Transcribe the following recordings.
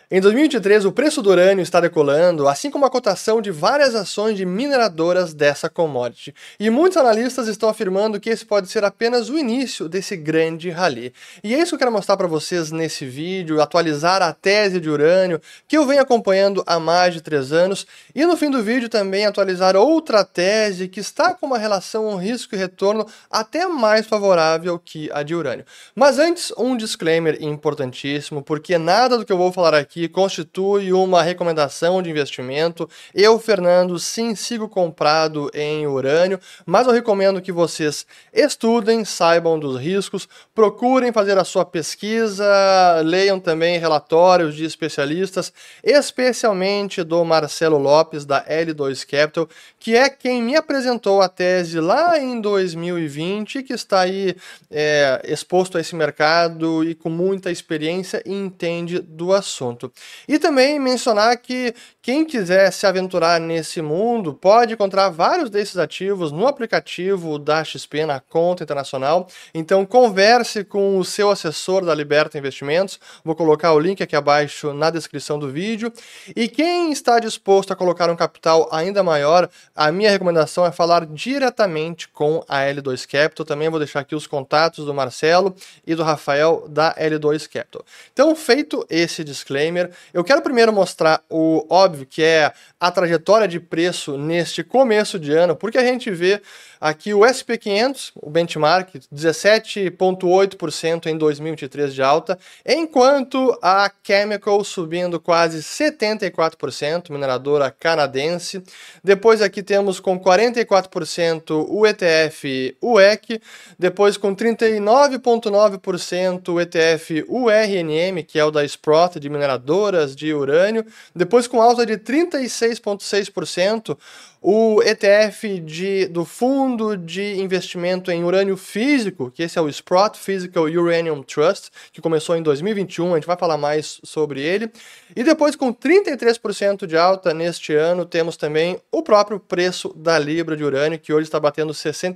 Em 2023, o preço do urânio está decolando, assim como a cotação de várias ações de mineradoras dessa commodity. E muitos analistas estão afirmando que esse pode ser apenas o início desse grande rally. E é isso que eu quero mostrar para vocês nesse vídeo, atualizar a tese de urânio, que eu venho acompanhando há mais de 3 anos, e no fim do vídeo também atualizar outra tese que está com uma relação risco e retorno até mais favorável que a de urânio. Mas antes, um disclaimer importantíssimo, porque nada do que eu vou falar aqui constitui uma recomendação de investimento. Eu, Fernando, sim, sigo comprado em urânio, mas eu recomendo que vocês estudem, saibam dos riscos, procurem fazer a sua pesquisa, leiam também relatórios de especialistas, especialmente do Marcelo Lopes, da L2 Capital, que é quem me apresentou a tese lá em 2020, que está aí exposto a esse mercado e com muita experiência e entende do assunto. E também mencionar que quem quiser se aventurar nesse mundo pode encontrar vários desses ativos no aplicativo da XP, na conta internacional. Então converse com o seu assessor da Liberta Investimentos. Vou colocar o link aqui abaixo na descrição do vídeo. E quem está disposto a colocar um capital ainda maior, a minha recomendação é falar diretamente com a L2 Capital. Também vou deixar aqui os contatos do Marcelo e do Rafael da L2 Capital. Então, feito esse disclaimer, eu quero primeiro mostrar o óbvio, que é a trajetória de preço neste começo de ano, porque a gente vê aqui o SP500, o benchmark, 17,8% em 2023 de alta, enquanto a Chemical subindo quase 74%, mineradora canadense. Depois aqui temos com 44% o ETF UEC, depois com 39,9% o ETF URNM, que é o da Sprott, de mineradoras de urânio, depois com alta de 36,6%, o ETF do Fundo de Investimento em Urânio Físico, que esse é o Sprott Physical Uranium Trust, que começou em 2021, a gente vai falar mais sobre ele. E depois, com 33% de alta neste ano, temos também o próprio preço da libra de urânio, que hoje está batendo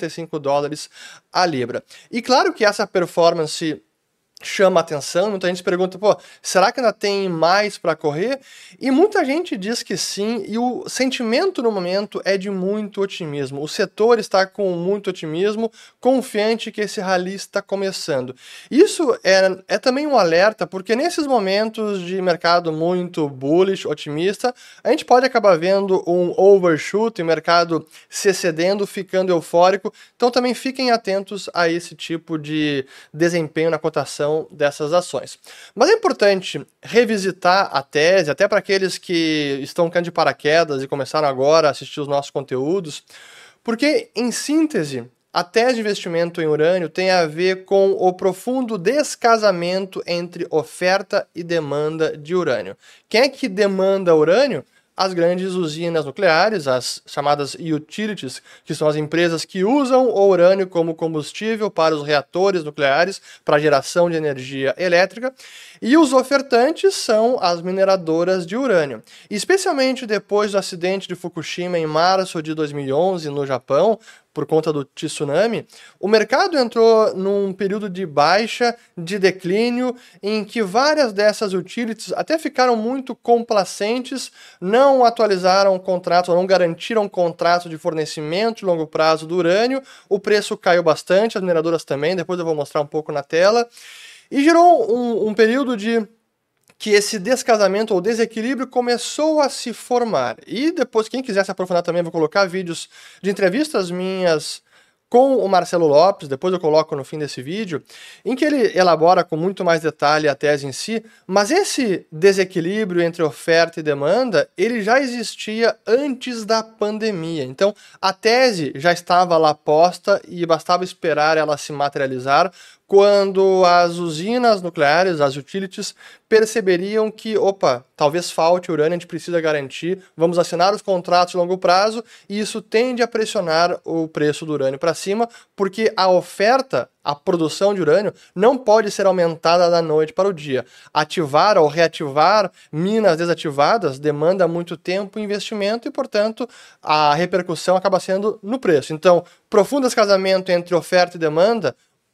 $65 a libra. E claro que essa performance chama atenção, muita gente se pergunta, pô, será que ainda tem mais para correr? E muita gente diz que sim, e o sentimento no momento é de muito otimismo. O setor está com muito otimismo, confiante que esse rally está começando. Isso é também um alerta, porque nesses momentos de mercado muito bullish, otimista, a gente pode acabar vendo um overshoot, o mercado se excedendo, ficando eufórico, então também fiquem atentos a esse tipo de desempenho na cotação dessas ações. Mas é importante revisitar a tese, até para aqueles que estão caindo de paraquedas e começaram agora a assistir os nossos conteúdos, porque, em síntese, a tese de investimento em urânio tem a ver com o profundo descasamento entre oferta e demanda de urânio. Quem é que demanda urânio? As grandes usinas nucleares, as chamadas utilities, que são as empresas que usam o urânio como combustível para os reatores nucleares, para a geração de energia elétrica, e os ofertantes são as mineradoras de urânio. E especialmente depois do acidente de Fukushima em março de 2011 no Japão, por conta do tsunami, o mercado entrou num período de baixa, de declínio, em que várias dessas utilities até ficaram muito complacentes, não atualizaram o contrato, não garantiram um contrato de fornecimento de longo prazo do urânio, o preço caiu bastante, as mineradoras também, depois eu vou mostrar um pouco na tela, e gerou um período de que esse descasamento ou desequilíbrio começou a se formar. E depois, quem quiser se aprofundar também, vou colocar vídeos de entrevistas minhas com o Marcelo Lopes, depois eu coloco no fim desse vídeo, em que ele elabora com muito mais detalhe a tese em si, mas esse desequilíbrio entre oferta e demanda, ele já existia antes da pandemia. Então, a tese já estava lá posta e bastava esperar ela se materializar, quando as usinas nucleares, as utilities, perceberiam que, opa, talvez falte urânio, a gente precisa garantir, vamos assinar os contratos de longo prazo, e isso tende a pressionar o preço do urânio para cima, porque a oferta, a produção de urânio, não pode ser aumentada da noite para o dia. Ativar ou reativar minas desativadas demanda muito tempo e investimento, e, portanto, a repercussão acaba sendo no preço. Então, profundo descasamento entre oferta e demanda,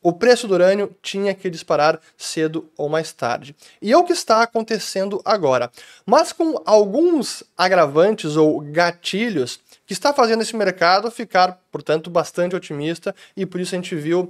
o preço do urânio tinha que disparar cedo ou mais tarde. E é o que está acontecendo agora. Mas com alguns agravantes ou gatilhos que está fazendo esse mercado ficar, portanto, bastante otimista, e por isso a gente viu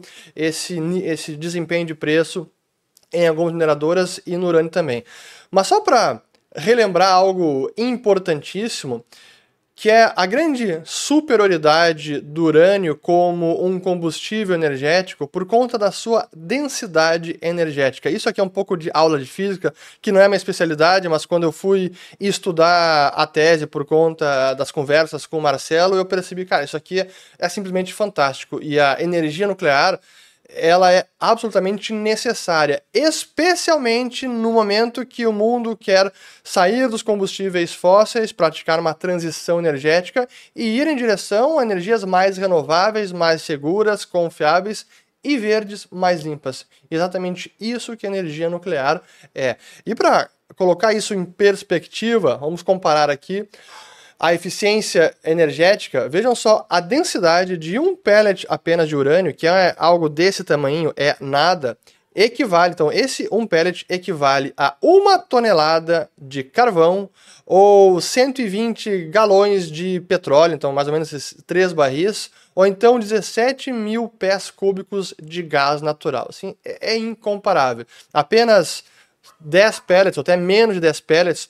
esse desempenho de preço em algumas mineradoras e no urânio também. Mas só para relembrar algo importantíssimo, que é a grande superioridade do urânio como um combustível energético por conta da sua densidade energética. Isso aqui é um pouco de aula de física, que não é minha especialidade, mas quando eu fui estudar a tese por conta das conversas com o Marcelo, eu percebi, cara, isso aqui é simplesmente fantástico. E a energia nuclear, ela é absolutamente necessária, especialmente no momento que o mundo quer sair dos combustíveis fósseis, praticar uma transição energética e ir em direção a energias mais renováveis, mais seguras, confiáveis e verdes, mais limpas. Exatamente isso que a energia nuclear é. E para colocar isso em perspectiva, vamos comparar aqui a eficiência energética. Vejam só, a densidade de um pellet apenas de urânio, que é algo desse tamanho, é nada, equivale, então esse um pellet equivale a 1 tonelada de carvão ou 120 galões de petróleo, então mais ou menos esses 3 barris, ou então 17 mil pés cúbicos de gás natural. Assim, é incomparável. Apenas 10 pellets, ou até menos de 10 pellets,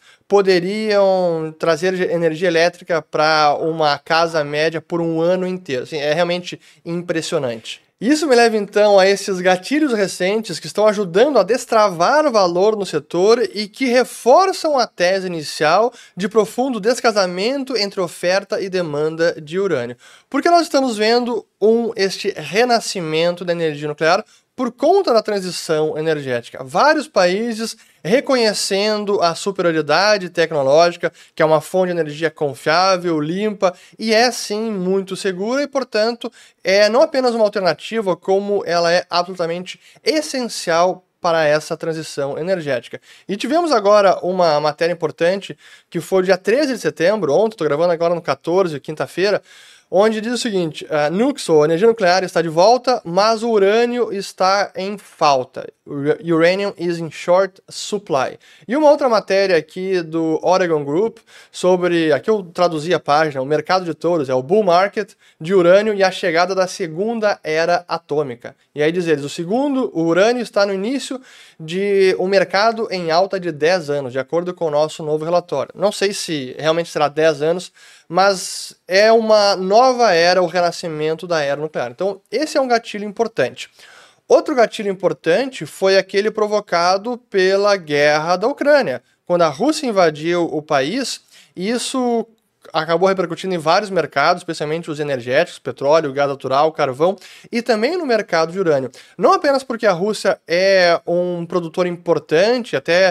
poderiam trazer energia elétrica para uma casa média por um ano inteiro. Assim, é realmente impressionante. Isso me leva então a esses gatilhos recentes que estão ajudando a destravar o valor no setor e que reforçam a tese inicial de profundo descasamento entre oferta e demanda de urânio. Porque nós estamos vendo este renascimento da energia nuclear por conta da transição energética. Vários países reconhecendo a superioridade tecnológica, que é uma fonte de energia confiável, limpa e é sim muito segura e, portanto, é não apenas uma alternativa, como ela é absolutamente essencial para essa transição energética. E tivemos agora uma matéria importante, que foi dia 13 de setembro, ontem, estou gravando agora no 14, quinta-feira, onde diz o seguinte: Nuxo, a energia nuclear está de volta, mas o urânio está em falta. Uranium is in short supply. E uma outra matéria aqui do Oregon Group sobre, aqui eu traduzi a página, o mercado de touros, é o bull market de urânio e a chegada da segunda era atômica. E aí diz eles, o urânio está no início de um mercado em alta de 10 anos, de acordo com o nosso novo relatório. Não sei se realmente será 10 anos, mas é uma nova era, o renascimento da era nuclear. Então, esse é um gatilho importante. Outro gatilho importante foi aquele provocado pela guerra da Ucrânia. Quando a Rússia invadiu o país, isso acabou repercutindo em vários mercados, especialmente os energéticos, petróleo, gás natural, carvão, e também no mercado de urânio. Não apenas porque a Rússia é um produtor importante, até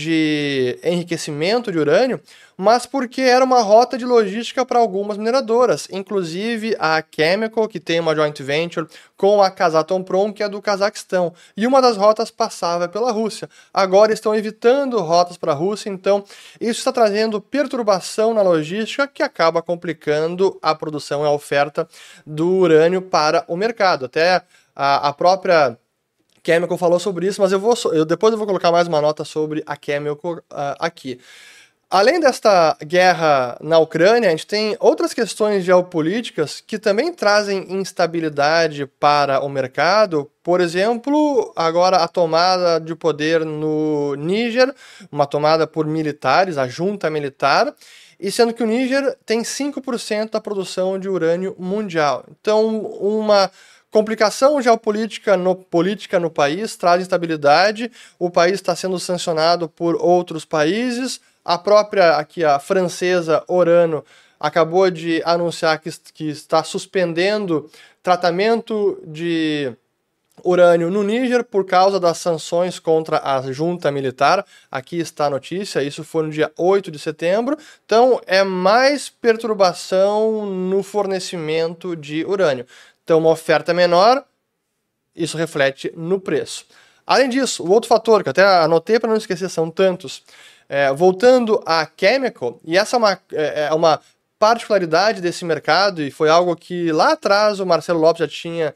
de enriquecimento de urânio, mas porque era uma rota de logística para algumas mineradoras, inclusive a Chemical, que tem uma joint venture com a Kazatomprom, que é do Cazaquistão, e uma das rotas passava pela Rússia. Agora estão evitando rotas para a Rússia, então isso está trazendo perturbação na logística que acaba complicando a produção e a oferta do urânio para o mercado. Até a própria Chemical falou sobre isso, mas depois eu vou colocar mais uma nota sobre a Chemical aqui. Além desta guerra na Ucrânia, a gente tem outras questões geopolíticas que também trazem instabilidade para o mercado. Por exemplo, agora a tomada de poder no Níger, uma tomada por militares, a junta militar, e sendo que o Níger tem 5% da produção de urânio mundial. Então, uma complicação geopolítica no país traz instabilidade, o país está sendo sancionado por outros países. A própria, aqui a francesa Orano, acabou de anunciar que está suspendendo tratamento de urânio no Níger por causa das sanções contra a junta militar. Aqui está a notícia, isso foi no dia 8 de setembro. Então, é mais perturbação no fornecimento de urânio. Então, uma oferta menor, isso reflete no preço. Além disso, o outro fator, que eu até anotei para não esquecer, são tantos. Voltando à Chemical, e essa é uma particularidade desse mercado, e foi algo que lá atrás o Marcelo Lopes já tinha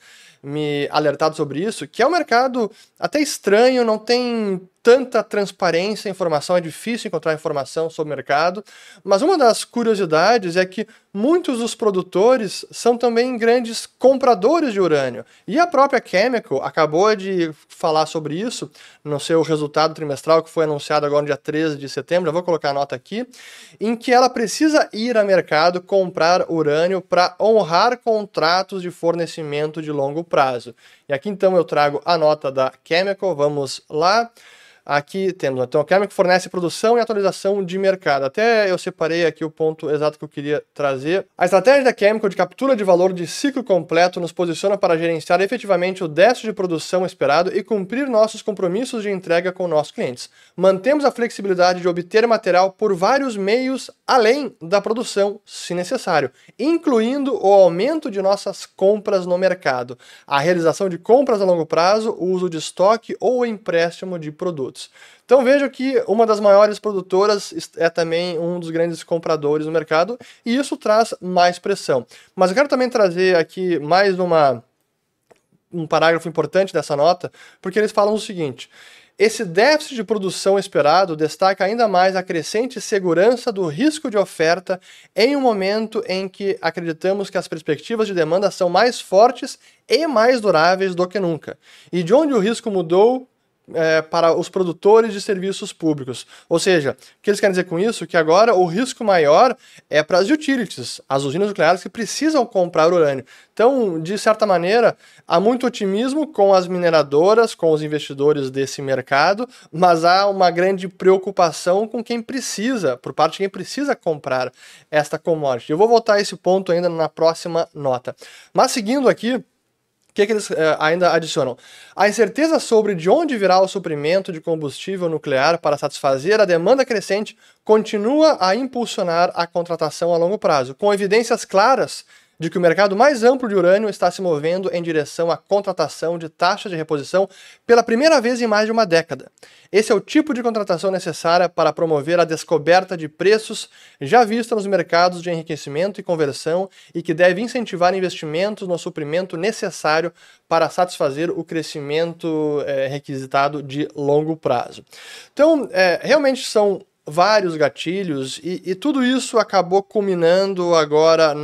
me alertado sobre isso, que é um mercado até estranho, não tem tanta transparência, informação, é difícil encontrar informação sobre o mercado, mas uma das curiosidades é que muitos dos produtores são também grandes compradores de urânio. E a própria Chemical acabou de falar sobre isso no seu resultado trimestral, que foi anunciado agora no dia 13 de setembro, eu vou colocar a nota aqui, em que ela precisa ir ao mercado comprar urânio para honrar contratos de fornecimento de longo prazo. E aqui então eu trago a nota da Chemical, vamos lá. Aqui temos, então, a Chemical fornece produção e atualização de mercado. Até eu separei aqui o ponto exato que eu queria trazer. A estratégia da Chemical de captura de valor de ciclo completo nos posiciona para gerenciar efetivamente o déficit de produção esperado e cumprir nossos compromissos de entrega com nossos clientes. Mantemos a flexibilidade de obter material por vários meios além da produção, se necessário, incluindo o aumento de nossas compras no mercado, a realização de compras a longo prazo, o uso de estoque ou o empréstimo de produtos. Então vejo que uma das maiores produtoras é também um dos grandes compradores no mercado e isso traz mais pressão. Mas eu quero também trazer aqui mais um parágrafo importante dessa nota, porque eles falam o seguinte: esse déficit de produção esperado destaca ainda mais a crescente segurança do risco de oferta em um momento em que acreditamos que as perspectivas de demanda são mais fortes e mais duráveis do que nunca. E de onde o risco mudou para os produtores de serviços públicos. Ou seja, o que eles querem dizer com isso? Que agora o risco maior é para as utilities, as usinas nucleares que precisam comprar urânio. Então, de certa maneira, há muito otimismo com as mineradoras, com os investidores desse mercado, mas há uma grande preocupação com quem precisa, por parte de quem precisa comprar esta commodity. Eu vou voltar a esse ponto ainda na próxima nota. Mas seguindo aqui, o que eles ainda adicionam? A incerteza sobre de onde virá o suprimento de combustível nuclear para satisfazer a demanda crescente continua a impulsionar a contratação a longo prazo, com evidências claras de que o mercado mais amplo de urânio está se movendo em direção à contratação de taxas de reposição pela primeira vez em mais de uma década. Esse é o tipo de contratação necessária para promover a descoberta de preços já vista nos mercados de enriquecimento e conversão e que deve incentivar investimentos no suprimento necessário para satisfazer o crescimento requisitado de longo prazo. Então, realmente são vários gatilhos e tudo isso acabou culminando agora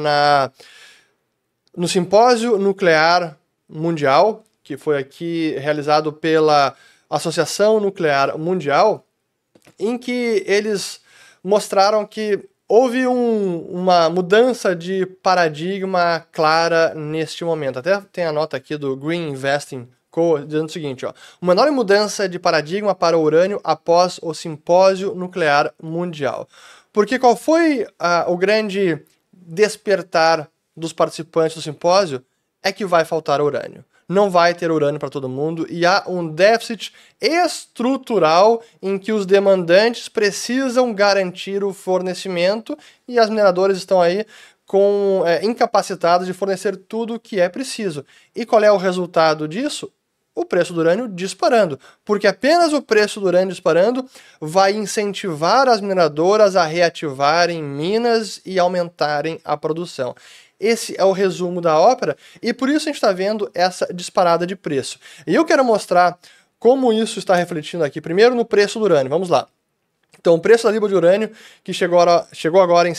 no Simpósio Nuclear Mundial, que foi aqui realizado pela Associação Nuclear Mundial, em que eles mostraram que houve uma mudança de paradigma clara neste momento. Até tem a nota aqui do Green Investing Co. dizendo o seguinte, uma enorme mudança de paradigma para o urânio após o Simpósio Nuclear Mundial. Porque qual foi o grande despertar dos participantes do simpósio? É que vai faltar urânio. Não vai ter urânio para todo mundo e há um déficit estrutural em que os demandantes precisam garantir o fornecimento e as mineradoras estão aí incapacitadas de fornecer tudo o que é preciso. E qual é o resultado disso? O preço do urânio disparando, porque apenas o preço do urânio disparando vai incentivar as mineradoras a reativarem minas e aumentarem a produção. Esse é o resumo da ópera e por isso a gente está vendo essa disparada de preço. E eu quero mostrar como isso está refletindo aqui, primeiro no preço do urânio, vamos lá. Então, o preço da libra de urânio, que chegou agora em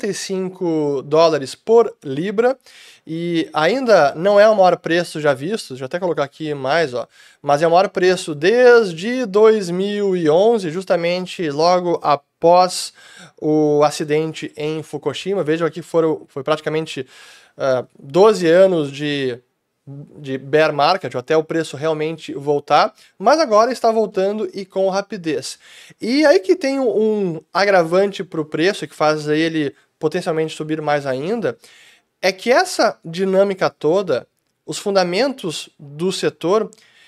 $65 por libra, e ainda não é o maior preço já visto, deixa eu até colocar aqui mais, mas é o maior preço desde 2011, justamente logo após o acidente em Fukushima. Vejam aqui, foi praticamente 12 anos de bear market, até o preço realmente voltar, mas agora está voltando e com rapidez. E aí que tem um agravante para o preço, que faz ele potencialmente subir mais ainda, é que essa dinâmica toda, os fundamentos do setor,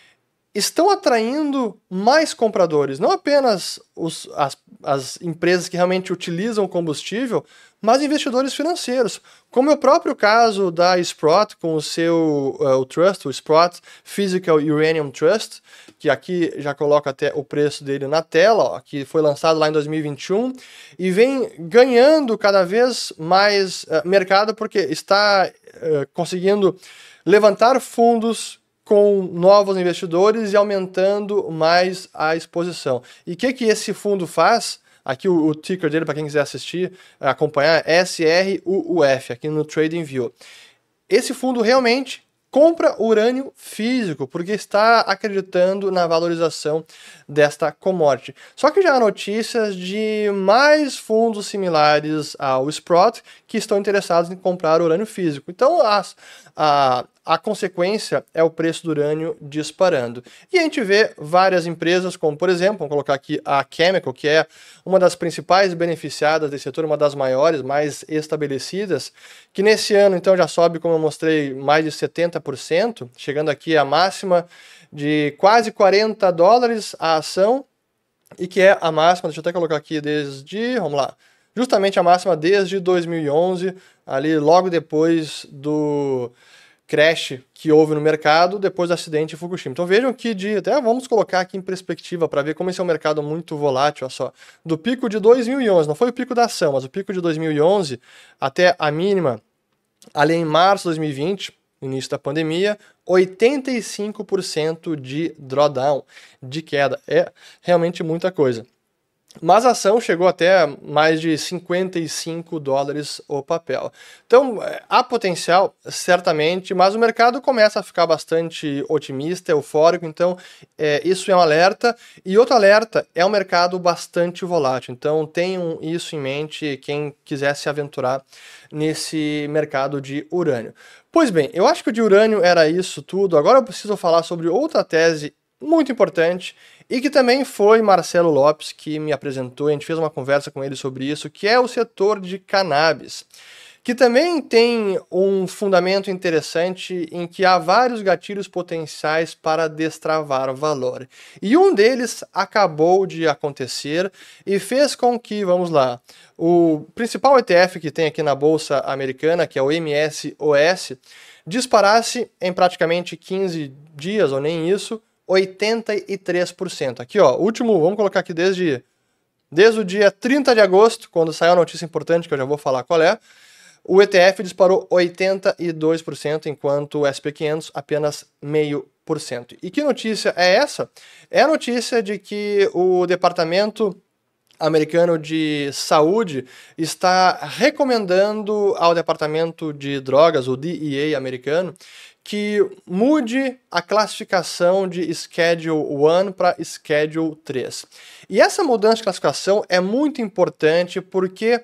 estão atraindo mais compradores, não apenas as empresas que realmente utilizam combustível, mas investidores financeiros, como é o próprio caso da Sprott com o seu o Trust, o Sprott Physical Uranium Trust, que aqui já coloca até o preço dele na tela, ó, que foi lançado lá em 2021 e vem ganhando cada vez mais mercado porque está conseguindo levantar fundos com novos investidores e aumentando mais a exposição. E o que esse fundo faz? Aqui o ticker dele, para quem quiser assistir, acompanhar, é SRUUF, aqui no TradingView. Esse fundo realmente compra urânio físico, porque está acreditando na valorização desta commodity. Só que já há notícias de mais fundos similares ao Sprott que estão interessados em comprar urânio físico. Então, a consequência é o preço do urânio disparando. E a gente vê várias empresas, como por exemplo, vamos colocar aqui a Chemical, que é uma das principais beneficiadas desse setor, uma das maiores, mais estabelecidas, que nesse ano então já sobe, como eu mostrei, mais de 70%, chegando aqui à máxima de quase $40 a ação, e que é a máxima, deixa eu até colocar aqui vamos lá, justamente a máxima desde 2011, ali logo depois do crash que houve no mercado depois do acidente em Fukushima. Então vejam que até vamos colocar aqui em perspectiva para ver como esse é um mercado muito volátil, olha só. Do pico de 2011, não foi o pico da ação, mas o pico de 2011 até a mínima ali em março de 2020, início da pandemia, 85% de drawdown, de queda. É realmente muita coisa. Mas a ação chegou até mais de $55 o papel. Então, há potencial, certamente, mas o mercado começa a ficar bastante otimista, eufórico, então isso é um alerta. E outro alerta é um mercado bastante volátil, então tenham isso em mente quem quiser se aventurar nesse mercado de urânio. Pois bem, eu acho que o de urânio era isso tudo. Agora eu preciso falar sobre outra tese muito importante, e que também foi Marcelo Lopes que me apresentou, a gente fez uma conversa com ele sobre isso, que é o setor de cannabis, que também tem um fundamento interessante em que há vários gatilhos potenciais para destravar valor. E um deles acabou de acontecer e fez com que, vamos lá, o principal ETF que tem aqui na Bolsa Americana, que é o MSOS, disparasse em praticamente 15 dias, ou nem isso, 83%. Aqui, ó, último, vamos colocar aqui desde o dia 30 de agosto, quando saiu a notícia importante, que eu já vou falar qual é, o ETF disparou 82%, enquanto o SP500 apenas 0,5%. E que notícia é essa? É a notícia de que o Departamento Americano de Saúde está recomendando ao Departamento de Drogas, o DEA americano, que mude a classificação de Schedule 1 para Schedule 3. E essa mudança de classificação é muito importante porque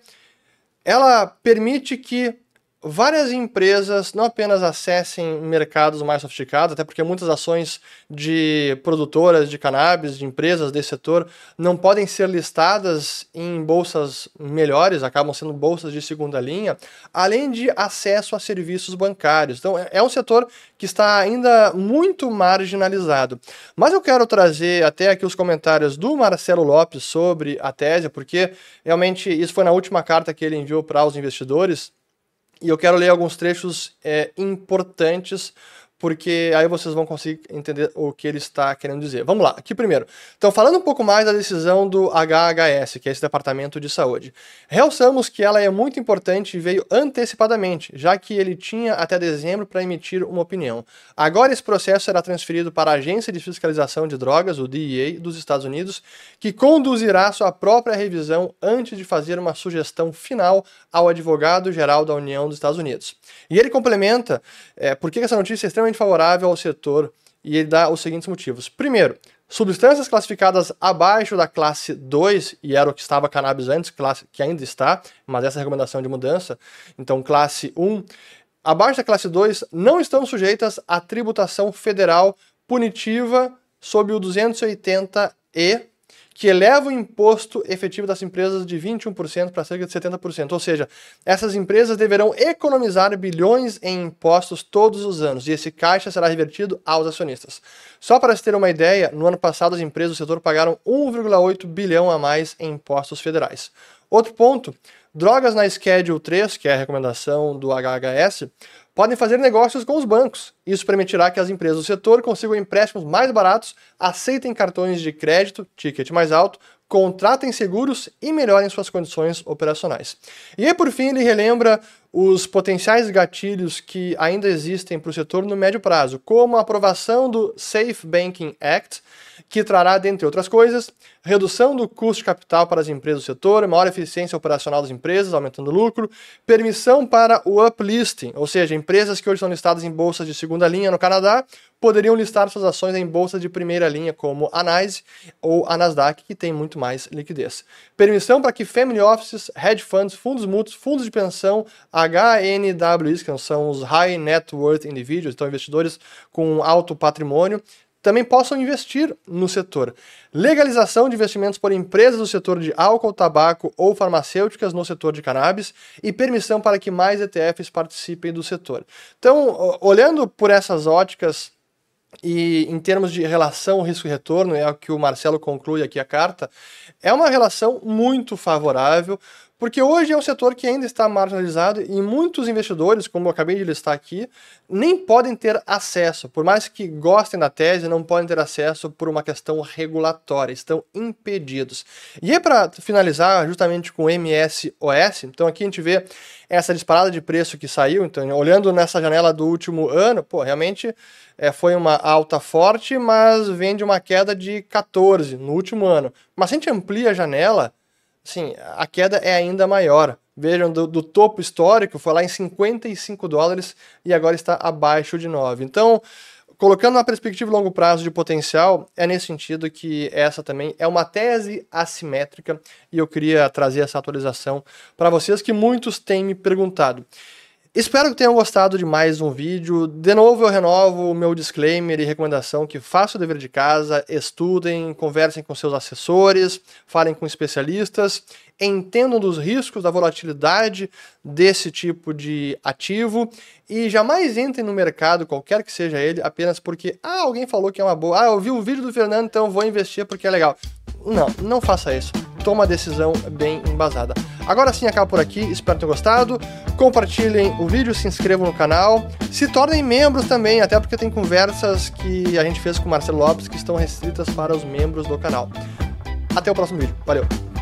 ela permite que várias empresas não apenas acessem mercados mais sofisticados, até porque muitas ações de produtoras de cannabis, de empresas desse setor, não podem ser listadas em bolsas melhores, acabam sendo bolsas de segunda linha, além de acesso a serviços bancários. Então é um setor que está ainda muito marginalizado. Mas eu quero trazer até aqui os comentários do Marcelo Lopes sobre a tese, porque realmente isso foi na última carta que ele enviou para os investidores, e eu quero ler alguns trechos importantes, porque aí vocês vão conseguir entender o que ele está querendo dizer. Vamos lá, aqui primeiro. Então, falando um pouco mais da decisão do HHS, que é esse Departamento de Saúde. Realçamos que ela é muito importante e veio antecipadamente, já que ele tinha até dezembro para emitir uma opinião. Agora esse processo será transferido para a Agência de Fiscalização de Drogas, o DEA, dos Estados Unidos, que conduzirá sua própria revisão antes de fazer uma sugestão final ao advogado-geral da União dos Estados Unidos. E ele complementa por que essa notícia é extremamente favorável ao setor, e ele dá os seguintes motivos. Primeiro, substâncias classificadas abaixo da classe 2, e era o que estava cannabis antes, classe que ainda está, mas essa é a recomendação de mudança, então classe 1, abaixo da classe 2 não estão sujeitas à tributação federal punitiva sob o 280E, que eleva o imposto efetivo das empresas de 21% para cerca de 70%. Ou seja, essas empresas deverão economizar bilhões em impostos todos os anos, e esse caixa será revertido aos acionistas. Só para se ter uma ideia, no ano passado as empresas do setor pagaram 1,8 bilhão a mais em impostos federais. Outro ponto, drogas na Schedule 3, que é a recomendação do HHS, podem fazer negócios com os bancos. Isso permitirá que as empresas do setor consigam empréstimos mais baratos, aceitem cartões de crédito, ticket mais alto, contratem seguros e melhorem suas condições operacionais. E aí, por fim, ele relembra os potenciais gatilhos que ainda existem para o setor no médio prazo, como a aprovação do Safe Banking Act, que trará, dentre outras coisas, redução do custo de capital para as empresas do setor, maior eficiência operacional das empresas, aumentando o lucro, permissão para o uplisting, ou seja, empresas que hoje são listadas em bolsas de segunda linha no Canadá poderiam listar suas ações em bolsas de primeira linha, como a NYSE ou a Nasdaq, que tem muito mais liquidez. Permissão para que family offices, hedge funds, fundos mútuos, fundos de pensão, HNWs, que são os High Net Worth Individuals, então investidores com alto patrimônio, também possam investir no setor. Legalização de investimentos por empresas do setor de álcool, tabaco ou farmacêuticas no setor de cannabis e permissão para que mais ETFs participem do setor. Então, olhando por essas óticas e em termos de relação risco e retorno, é o que o Marcelo conclui aqui a carta, é uma relação muito favorável, porque hoje é um setor que ainda está marginalizado e muitos investidores, como eu acabei de listar aqui, nem podem ter acesso, por mais que gostem da tese, não podem ter acesso por uma questão regulatória, estão impedidos. E aí, para finalizar justamente com o MSOS, então aqui a gente vê essa disparada de preço que saiu, então olhando nessa janela do último ano, realmente foi uma alta forte, mas vem de uma queda de 14 no último ano. Mas se a gente amplia a janela, sim, a queda é ainda maior. Vejam, do topo histórico foi lá em $55 e agora está abaixo de 9. Então, colocando uma perspectiva de longo prazo de potencial, é nesse sentido que essa também é uma tese assimétrica e eu queria trazer essa atualização para vocês que muitos têm me perguntado. Espero que tenham gostado de mais um vídeo. De novo eu renovo o meu disclaimer e recomendação que façam o dever de casa, estudem, conversem com seus assessores, falem com especialistas, entendam dos riscos da volatilidade desse tipo de ativo e jamais entrem no mercado, qualquer que seja ele, apenas porque alguém falou que é uma boa, eu vi o vídeo do Fernando, então vou investir porque é legal. Não faça isso. Toma uma decisão bem embasada. Agora sim, acabo por aqui. Espero ter gostado. Compartilhem o vídeo, se inscrevam no canal. Se tornem membros também, até porque tem conversas que a gente fez com o Marcelo Lopes que estão restritas para os membros do canal. Até o próximo vídeo. Valeu!